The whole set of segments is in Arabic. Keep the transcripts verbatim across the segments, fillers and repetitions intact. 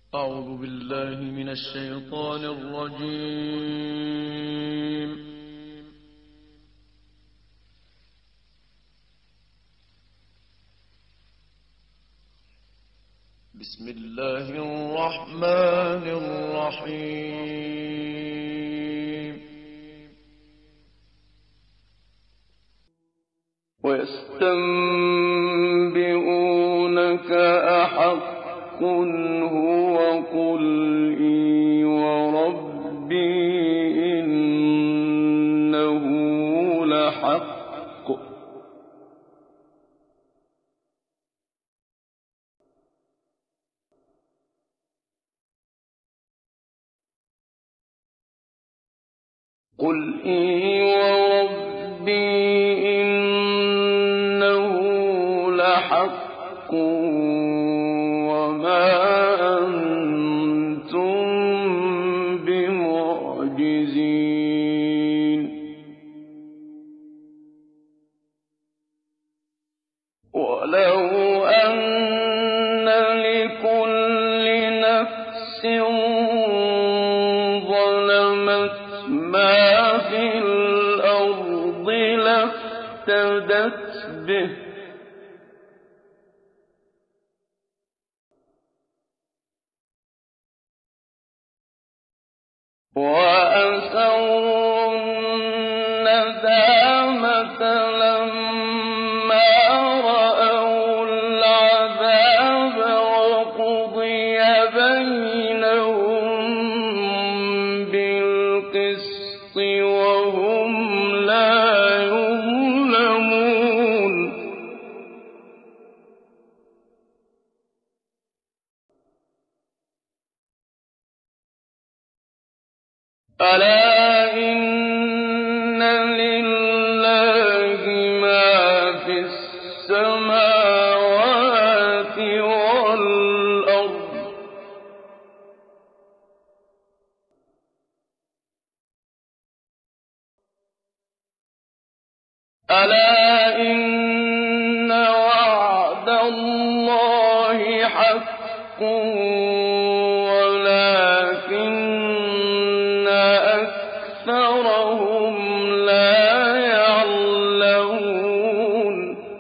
أعوذ بالله من الشيطان الرجيم. بسم الله الرحمن الرحيم. ويستنبئونك أحق هو قل إي وربي إنه لحق قل إي وربي إنه لحق وما أنتم بمعجزين ولو أن لكل نفس ظلمت ما في الأرض لافتدت به وأسروا الندامة لما رأوا العذاب وقضي بينهم بالقسط وهم لا يظلمون ألا إن لله ما في السماوات والأرض ألا إن وعد الله حق ولكن أكثرهم لا يعلمون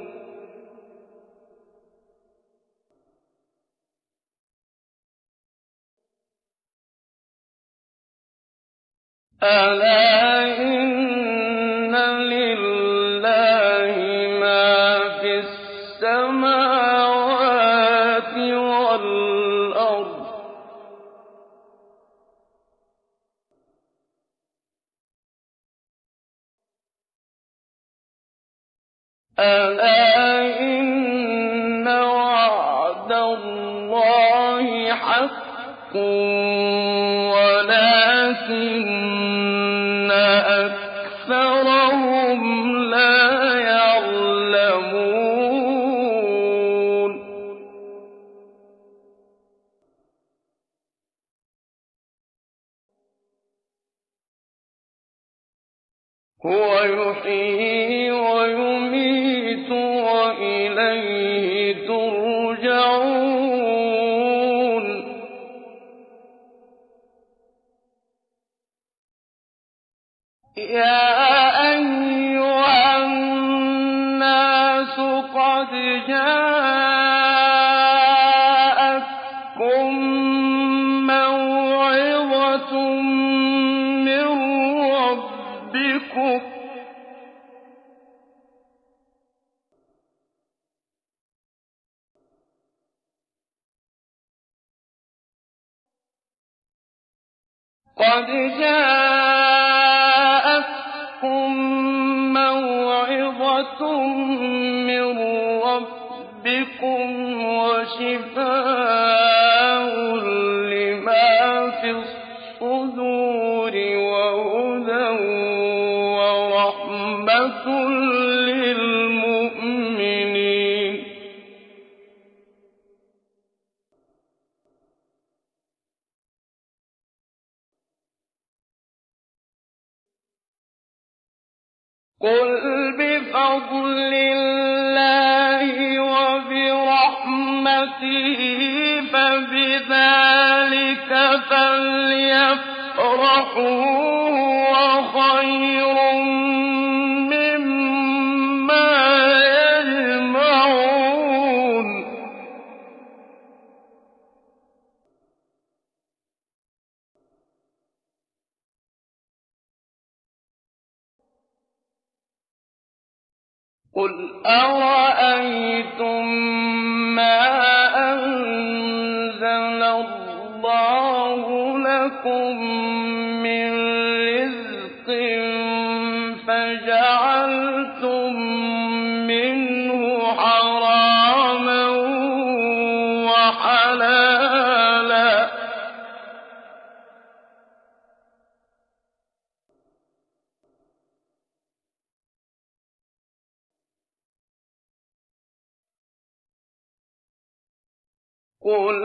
ألا إن لله ما في السماوات والأرض ألا إن وعد الله حق ولكن أكثرهم لا يعلمون هو يحيي ويميت وإليه ترجعون يا أيها الناس قد جاءتكم موعظة من ربكم قد جاءتكم موعظة من ربكم وشفاء لما في الصدور وهدى ورحمة للمؤمنين قل بفضل الله وبرحمته رَحْمَتِهِ فَبِذَٰلِكَ فَلْيَفْرَحُوا هُوَ خَيْرٌ مِّمَّا يَجْمَعُونَ قُلْ أَرَأَيْتُم مَّا أَنزَلَ اللَّهُ لَكُم مِّن رِّزْقٍ فَجَعَلْتُم مِّنْهُ حَرَامًا وَحَلَالًا قُلْ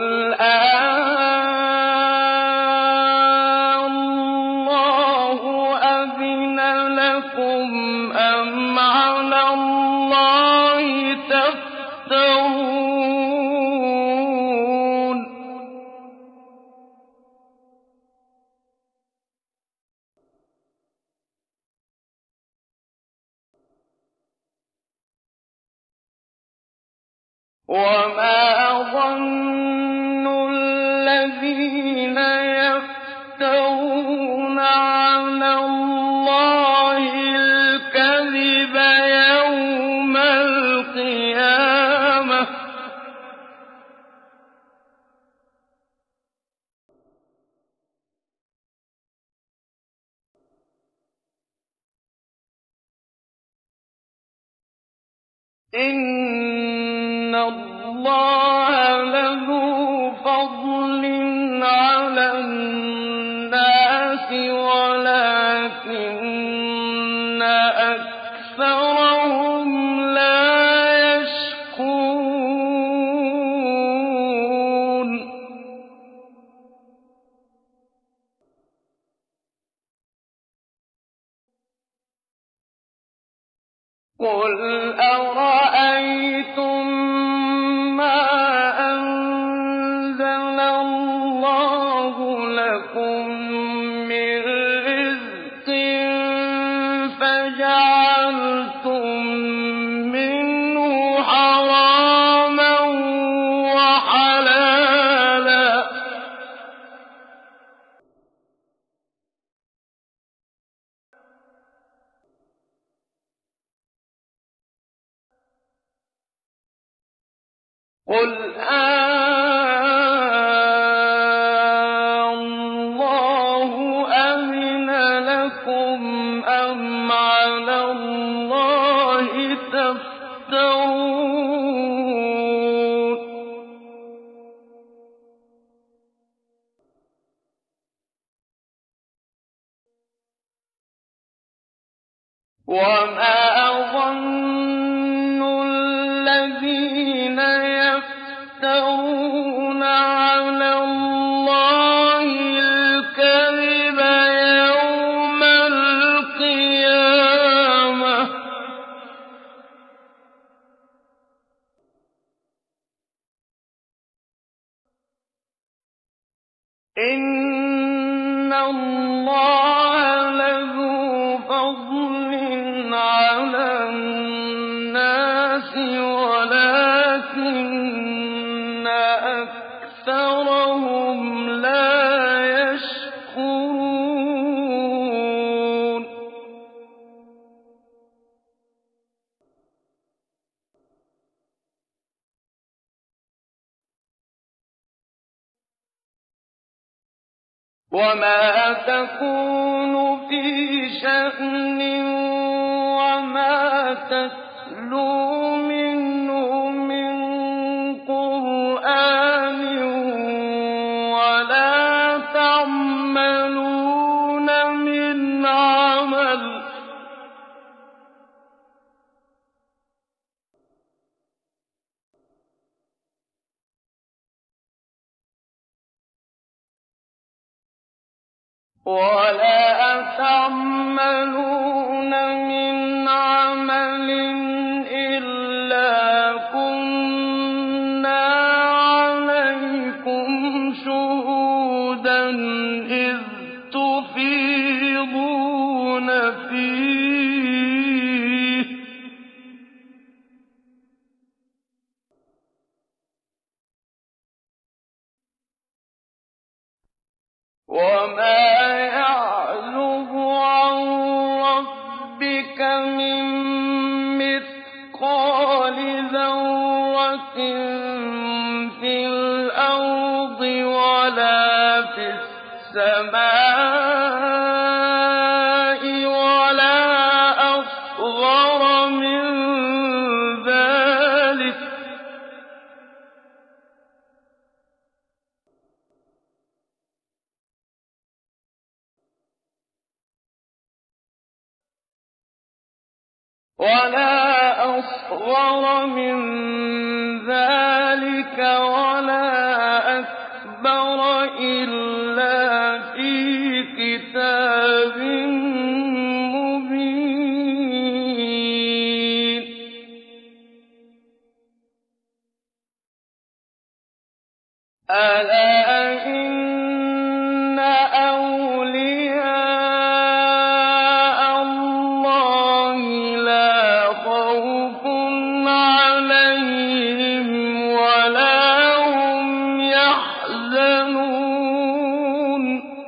آللَّهُ أَذِنَ لَكُمْ أَمْ عَلَى اللَّهِ تَفْتَرُونَ وَمَا ظَنُّ الَّذِينَ يَفْتَرُونَ عَلَى اللَّهِ الْكَذِبَ يَوْمَ الْقِيَامَةِ ۗ إِنَّ اللَّهَ لَذُو فَضْلٍ عَلَى النَّاسِ وَلَٰكِنَّ أَكْثَرَهُمْ لَا يَشْكُرُونَ قُلْ أَرَأَيْتُم مَّا أَنزَلَ اللَّهُ لَكُم مِّن رِّزْقٍ فَجَعَلْتُم مِّنْهُ حَرَامًا وَحَلَالًا قُلْ آللَّهُ أَذِنَ لَكُمْ أَمْ عَلَى اللَّهِ تَفْتَرُونَ وَمَا ظَنُّ الَّذِينَ يَفْتَرُونَ عَلَى اللَّهِ الْكَذِبَ يَوْمَ الْقِيَامَةِ ۗ إِنَّ اللَّهَ لَذُو فَضْلٍ عَلَى النَّاسِ وَلَٰكِنَّ أَكْثَرَهُمْ لَا يَشْكُرُونَ وَمَا تَكُونُ فِي شَأْنٍ وَمَا تَتْلُو مِنْهُ مِن قُرْآنٍ وَلَا تَعْمَلُونَ مِنْ عَمَلٍ وَلَا تَعْمَلُونَ مِنْ عَمَلٍ إِلَّا كُنَّا وَمَا يَعْزُبُ عَن رَّبِّكَ مِن مِّثْقَالِ ذَرَّةٍ فِي الْأَرْضِ وَلَا فِي السَّمَاءِ وَلَا أَصْغَرَ مِن ذَٰلِكَ ۚ وَلَا أَصْغَرَ مِن ذَٰلِكَ وَلَا أَكْبَرَ إِلَّا فِي كِتَابٍ مُّبِينٍ أَلَا إِنَّ أَوْلِيَاءَ اللَّهِ لَا خَوْفٌ عَلَيْهِمْ وَلَا هُمْ يَحْزَنُونَ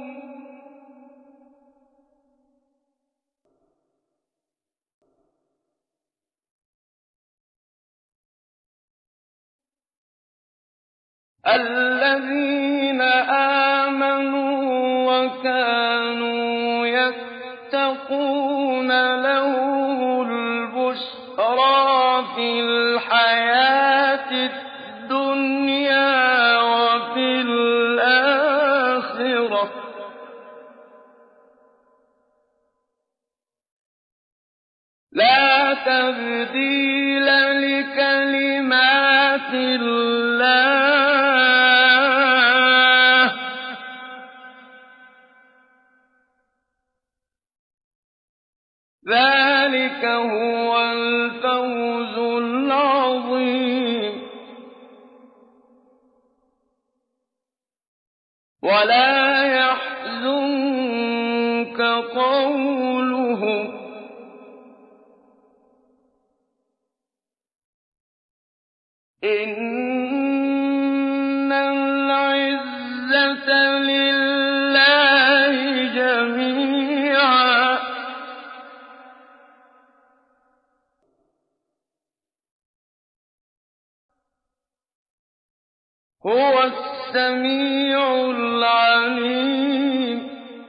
الَّذِينَ آمَنُوا وَكَانُوا يَتَّقُونَ لَهُمُ الْبُشْرَىٰ فِي الْحَيَاةِ الدُّنْيَا وَفِي الْآخِرَةِ ۚ لَا تَبْدِيلَ لِكَلِمَاتِ اللَّهِ ۚ ذَٰلِكَ هُوَ الْفَوْزُ الْعَظِيمُ وَلَا يَحْزُنكَ قَوْلُهُمْ ۘ إِنَّ الْعِزَّةَ لِلَّهِ جَمِيعًا ۚ هُوَ السَّمِيعُ الْعَلِيمُ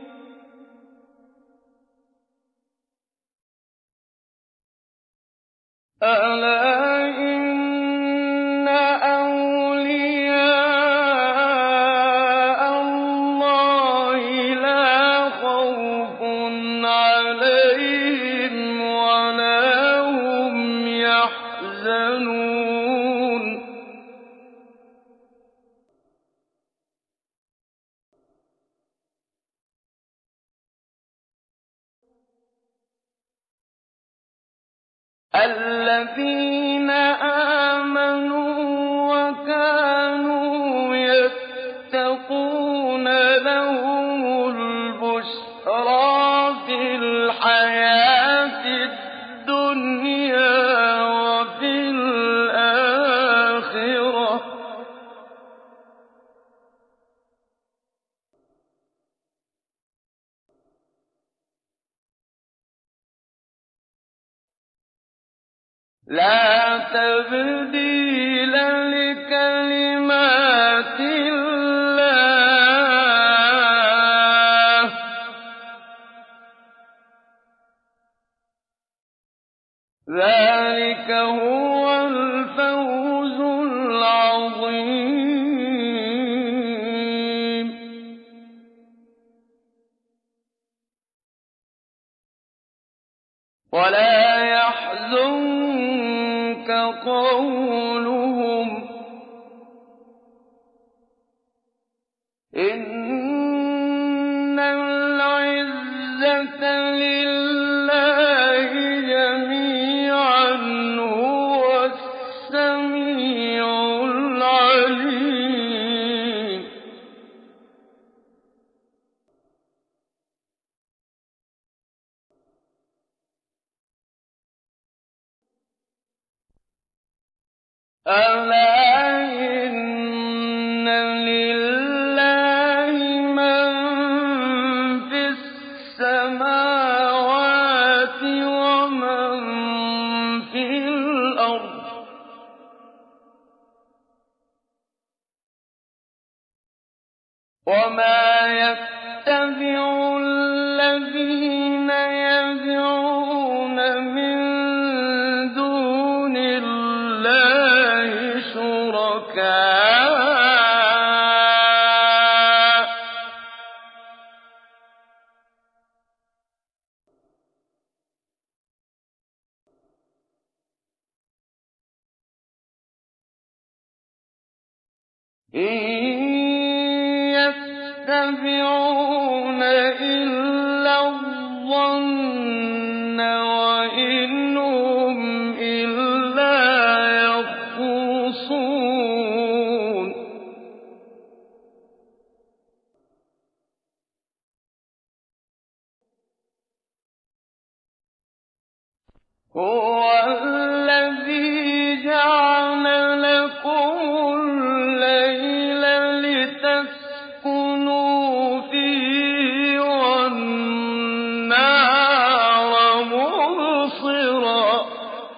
أَلَا إِنَّ أَوْلِيَاءَ اللَّهِ لَا خَوْفٌ عَلَيْهِمْ وَلَا هُمْ يَحْزَنُونَ الَّذِينَ آمَنُوا وَكَانُوا يَتَّقُونَ لَهُمُ الْبُشْرَىٰ فِي الْحَيَاةِ الدُّنْيَا وَفِي الْآخِرَةِ ۚ لَا تَبْدِيلَ لِكَلِمَاتِ اللَّهِ ۚ ذَٰلِكَ هُوَ الْفَوْزُ الْعَظِيمُ وَلَا يَحْزُنكَ قَوْلُهُمْ ۘ إِنَّ الْعِزَّةَ لِلَّهِ جَمِيعًا ۚ هُوَ السَّمِيعُ الْعَلِيمُ أَلَا إِنَّ لِلَّهِ مَن وَمَا يَتَّبِعُ الَّذِينَ يَدْعُونَ مِن دُونِ اللَّهِ شُرَكَاءَ إِن يَتَّبِعُونَ إِلَّا الظَّنَّ وَإِنْ هُمْ إِلَّا يَخْرُصُونَ هُوَ الَّذِي جَعَلَ لَكُمُ اللَّيْلَ لِتَسْكُنُوا فِيهِ وَالنَّهَارَ مُبْصِرًا ۚ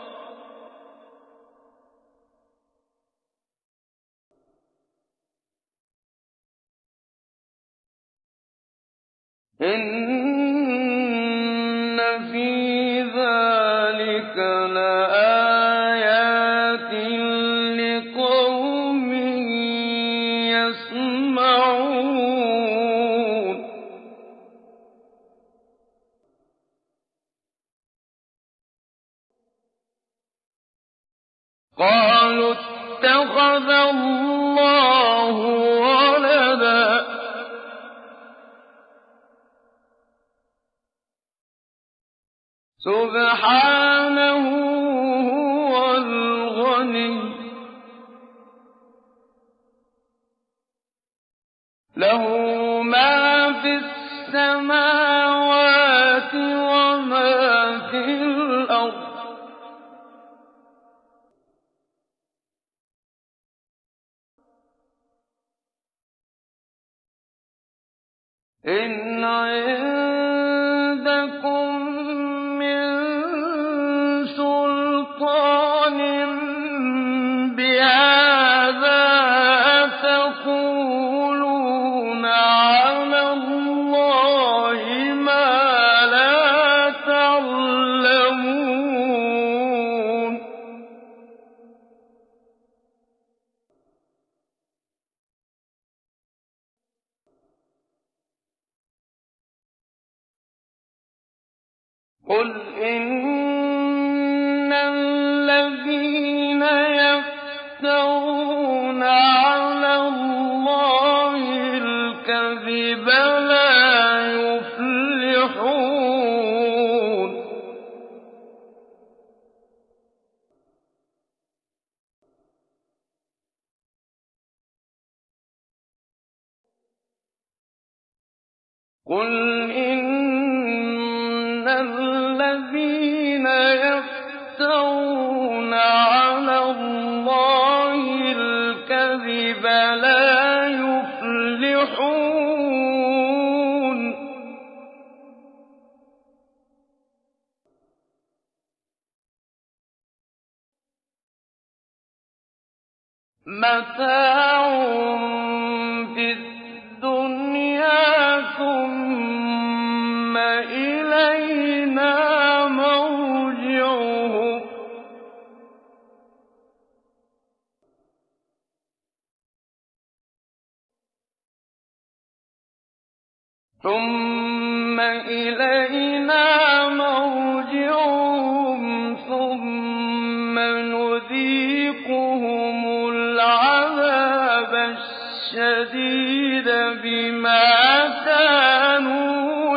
إِنَّ فِي ذَٰلِكَ لَآيَاتٍ لِّقَوْمٍ يَسْمَعُونَ قَالُوا اتَّخَذَ اللَّهُ وَلَدًا سُبْحَانَهُ هُوَ الْغَنِيُّ ۖ لَهُ مَا فِي السَّمَاوَاتِ وَمَا فِي الْأَرْضِ ۚ إِنْ عِندَكُم مِّن سُلْطَانٍ بِهَٰذَا أَتَقُولُونَ عَلَى اللَّهِ مَا لَا تَعْلَمُونَ قُلْ إِنَّ الَّذِينَ يَفْتَرُونَ عَلَى اللَّهِ الْكَذِبَ لَا يُفْلِحُونَ قُلْ إِنَّ الَّذِينَ يَفْتَرُونَ عَلَى اللَّهِ الْكَذِبَ لَا يُفْلِحُونَ مَتَاعٌ فِي الدُّنْيَا ثُمَّ إِلَيْنَا مَرْجِعُهُمْ ثُمَّ إِلَيْنَا مَرْجِعُهُمْ ثُمَّ نُذِيقُهُمُ الْعَذَابَ الشَّدِيدَ بِمَا كَانُوا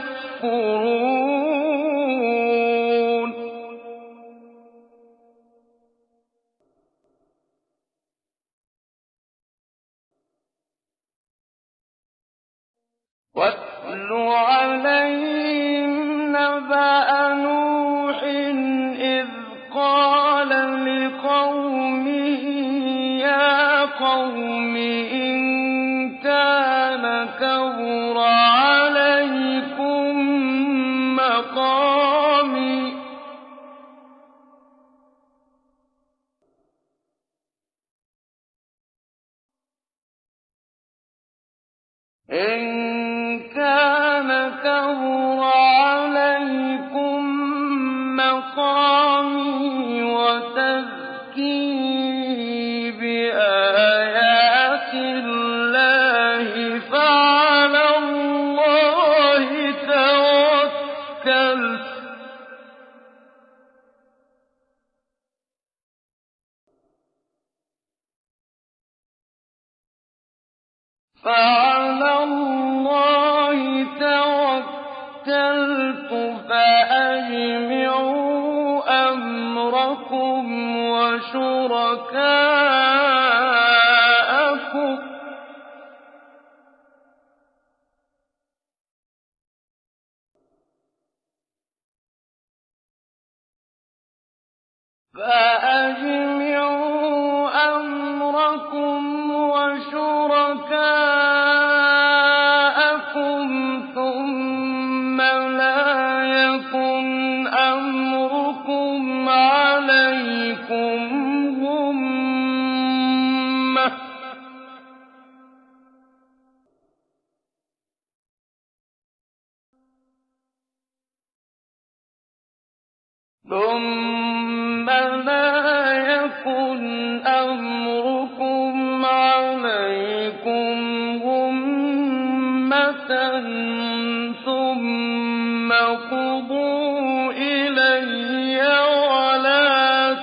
يَكْفُرُونَ وَاتْلُ عَلَيْهِمْ نَبَأَ نُوحٍ إِذْ قَالَ لِقَوْمِهِ يَا قَوْمِ إِن كَانَ كَبُرَ عَلَيْكُم مَّقَامِي إِن كَانَ كَبُرَ عَلَيْكُم مَّقَامِي وَتَذْكِيرِي بِآيَاتِ اللَّهِ فَعَلَى اللَّهِ تَوَكَّلْتُ فَعَلَى اللَّهِ تَوَكَّلْتُ فَأَجْمِعُوا أَمْرَكُمْ وَشُرَكَاءَكُمْ فَأَجْمِعُوا أَمْرَكُمْ وَشُرَكَاءَكُمْ ثُمَّ لَا يَكُنْ أَمْرُكُمْ عَلَيْكُمْ غُمَّةً ثُمَّ لَا يَكُنْ أَمْرُكُمْ عَلَيْكُمْ غُمَّةً ثُمَّ اقْضُوا إِلَيَّ وَلَا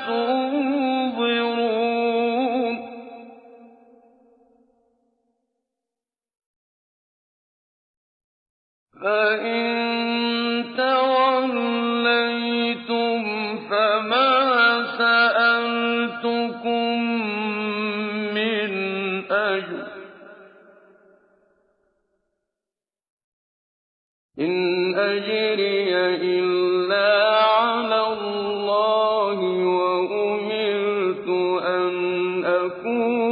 تُنظِرُونِ فَإِن تَوَلَّيْتُمْ فَمَا سَأَلْتُكُم مِّنْ أَجْرٍ ۖ إِنْ أَجْرِيَ إِلَّا عَلَى اللَّهِ وَأُمِرْتُ أَنْ أَكُونَ